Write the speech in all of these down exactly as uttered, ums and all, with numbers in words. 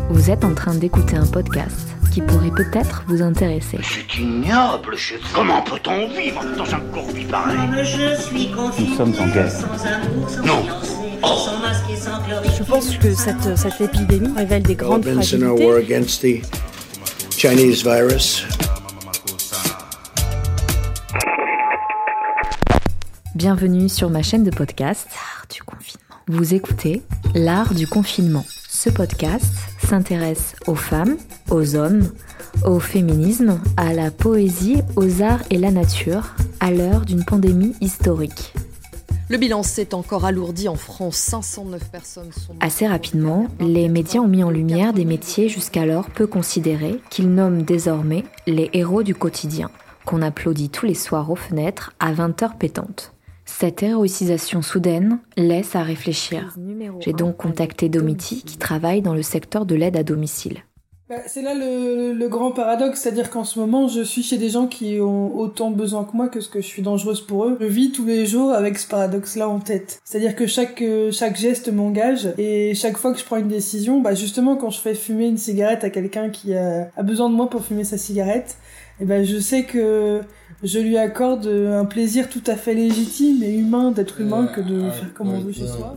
Vous êtes en train d'écouter un podcast qui pourrait peut-être vous intéresser. C'est ignoble, je... comment peut-on vivre dans un courbi pareil? Je suis confiné, nous sommes en guerre. Sans amour, sans Non. fiancé, sans masque et sans chlorine. Je pense que cette, cette épidémie révèle des grandes fragilités. War against the Chinese virus. Bienvenue sur ma chaîne de podcast L'Art du confinement. Vous écoutez L'Art du confinement. Ce podcast s'intéresse aux femmes, aux hommes, au féminisme, à la poésie, aux arts et la nature, à l'heure d'une pandémie historique. Le bilan s'est encore alourdi en France. cinq cent neuf personnes sont... Assez rapidement, les médias ont mis en lumière des métiers jusqu'alors peu considérés, qu'ils nomment désormais les héros du quotidien, qu'on applaudit tous les soirs aux fenêtres à vingt heures pétantes. Cette héroïcisation soudaine laisse à réfléchir. J'ai donc contacté Domiti qui travaille dans le secteur de l'aide à domicile. Bah, c'est là le, le grand paradoxe, c'est-à-dire qu'en ce moment, je suis chez des gens qui ont autant besoin que moi que ce que je suis dangereuse pour eux. Je vis tous les jours avec ce paradoxe-là en tête. C'est-à-dire que chaque chaque geste m'engage et chaque fois que je prends une décision, bah justement quand je fais fumer une cigarette à quelqu'un qui a, a besoin de moi pour fumer sa cigarette, et ben je sais que je lui accorde un plaisir tout à fait légitime et humain d'être humain que de faire comme on veut chez soi.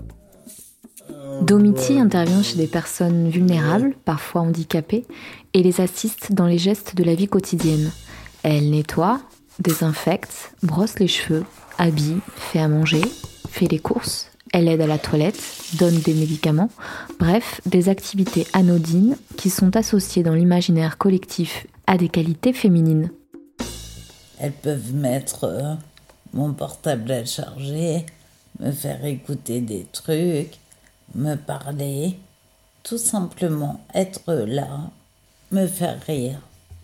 Domiti intervient chez des personnes vulnérables, parfois handicapées, et les assiste dans les gestes de la vie quotidienne. Elle nettoie, désinfecte, brosse les cheveux, habille, fait à manger, fait les courses, elle aide à la toilette, donne des médicaments, bref, des activités anodines qui sont associées dans l'imaginaire collectif à des qualités féminines. Elles peuvent mettre euh, mon portable à charger, me faire écouter des trucs, me parler, tout simplement être là, me faire rire.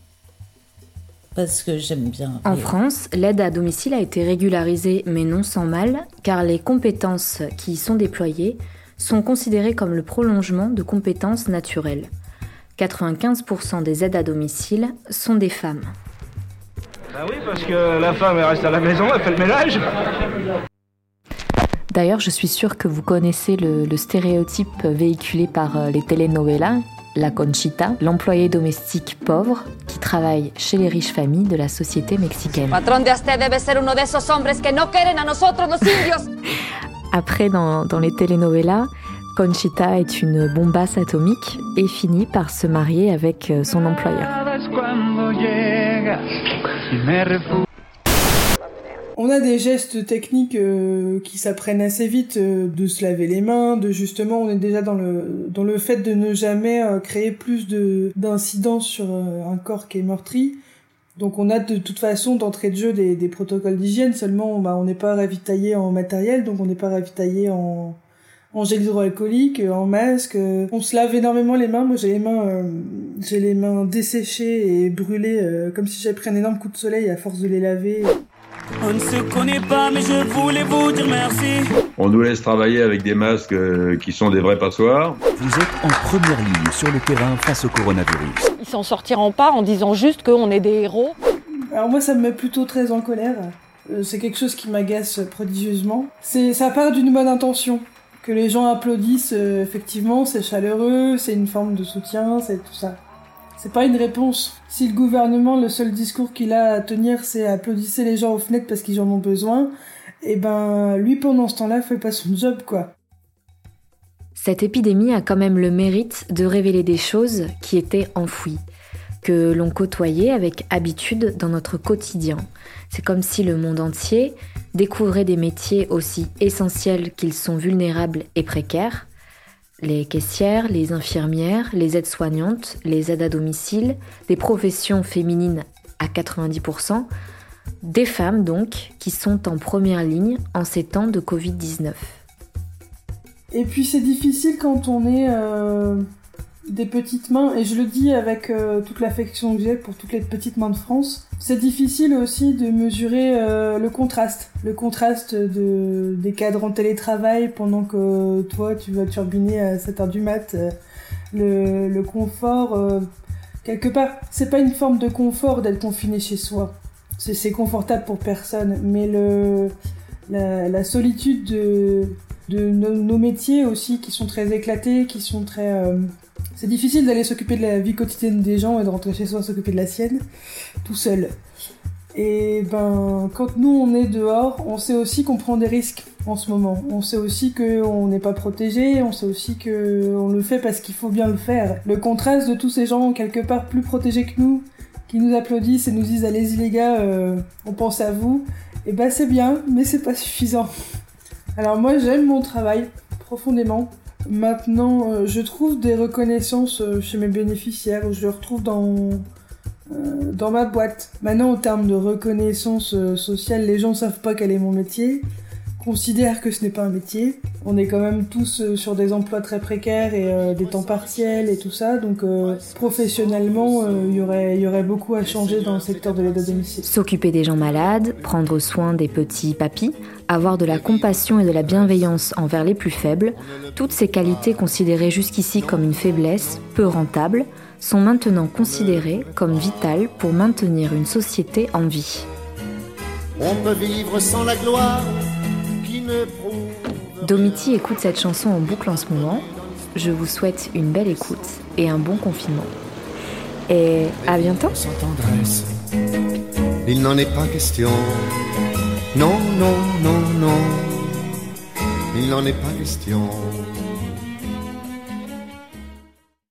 Parce que j'aime bien rire. En France, l'aide à domicile a été régularisée, mais non sans mal, car les compétences qui y sont déployées sont considérées comme le prolongement de compétences naturelles. quatre-vingt-quinze pour cent des aides à domicile sont des femmes. Ah oui, parce que la femme, elle reste à la maison, elle fait le ménage. D'ailleurs, je suis sûre que vous connaissez le, le stéréotype véhiculé par les telenovelas, la Conchita, l'employée domestique pauvre qui travaille chez les riches familles de la société mexicaine. Après, dans, dans les telenovelas, Conchita est une bombasse atomique et finit par se marier avec son employeur. On a des gestes techniques euh, qui s'apprennent assez vite, euh, de se laver les mains, de justement, on est déjà dans le dans le fait de ne jamais euh, créer plus de d'incidents sur euh, un corps qui est meurtri. Donc on a de toute façon d'entrée de jeu des, des protocoles d'hygiène, seulement bah, on n'est pas ravitaillé en matériel, donc on n'est pas ravitaillé en, en gel hydroalcoolique, en masque. On se lave énormément les mains, moi j'ai les mains euh, j'ai les mains desséchées et brûlées, euh, comme si j'avais pris un énorme coup de soleil à force de les laver. On ne se connaît pas, mais je voulais vous dire merci. On nous laisse travailler avec des masques euh, qui sont des vrais passoires. Vous êtes en première ligne sur le terrain face au coronavirus. Ils s'en sortiront pas en disant juste qu'on est des héros. Alors moi, ça me met plutôt très en colère. Euh, c'est quelque chose qui m'agace prodigieusement. C'est, ça part d'une bonne intention. Que les gens applaudissent, euh, effectivement, c'est chaleureux, c'est une forme de soutien, c'est tout ça. C'est pas une réponse. Si le gouvernement, le seul discours qu'il a à tenir, c'est applaudissez les gens aux fenêtres parce qu'ils en ont besoin, et ben, lui, pendant ce temps-là, fait pas son job, quoi. Cette épidémie a quand même le mérite de révéler des choses qui étaient enfouies, que l'on côtoyait avec habitude dans notre quotidien. C'est comme si le monde entier découvrait des métiers aussi essentiels qu'ils sont vulnérables et précaires. Les caissières, les infirmières, les aides-soignantes, les aides à domicile, des professions féminines à quatre-vingt-dix pour cent, des femmes donc qui sont en première ligne en ces temps de covid dix-neuf. Et puis c'est difficile quand on est euh, des petites mains, et je le dis avec euh, toute l'affection que j'ai pour toutes les petites mains de France, c'est difficile aussi de mesurer euh, le contraste, le contraste de, des cadres en télétravail pendant que toi tu vas turbiner à sept heures du mat, euh, le, le confort, euh, quelque part, c'est pas une forme de confort d'être confiné chez soi, c'est, c'est confortable pour personne, mais le, la, la solitude de, de nos, nos métiers aussi qui sont très éclatés, qui sont très... Euh, C'est difficile d'aller s'occuper de la vie quotidienne des gens et de rentrer chez soi s'occuper de la sienne, tout seul. Et ben, quand nous on est dehors, on sait aussi qu'on prend des risques en ce moment. On sait aussi qu'on n'est pas protégé, on sait aussi qu'on le fait parce qu'il faut bien le faire. Le contraste de tous ces gens quelque part plus protégés que nous, qui nous applaudissent et nous disent « Allez-y les gars, euh, on pense à vous », et ben c'est bien, mais c'est pas suffisant. Alors moi j'aime mon travail, profondément. Maintenant, euh, je trouve des reconnaissances euh, chez mes bénéficiaires, je les retrouve dans... Euh, dans ma boîte. Maintenant, en termes de reconnaissance euh, sociale, les gens savent pas quel est mon métier, considèrent que ce n'est pas un métier. On est quand même tous euh, sur des emplois très précaires et euh, des temps partiels et tout ça, donc euh, professionnellement, il euh, y aurait, y aurait beaucoup à changer dans le secteur de l'aide à domicile. S'occuper des gens malades, prendre soin des petits papis, avoir de la compassion et de la bienveillance envers les plus faibles, toutes ces qualités considérées jusqu'ici comme une faiblesse, peu rentables, sont maintenant considérées comme vitales pour maintenir une société en vie. On peut vivre sans la gloire qui ne prouve... Domiti écoute cette chanson en boucle en ce moment. Je vous souhaite une belle écoute et un bon confinement. Et à bientôt. Sans tendresse, il n'en est pas question. Non, non, non, non, il n'en est pas question.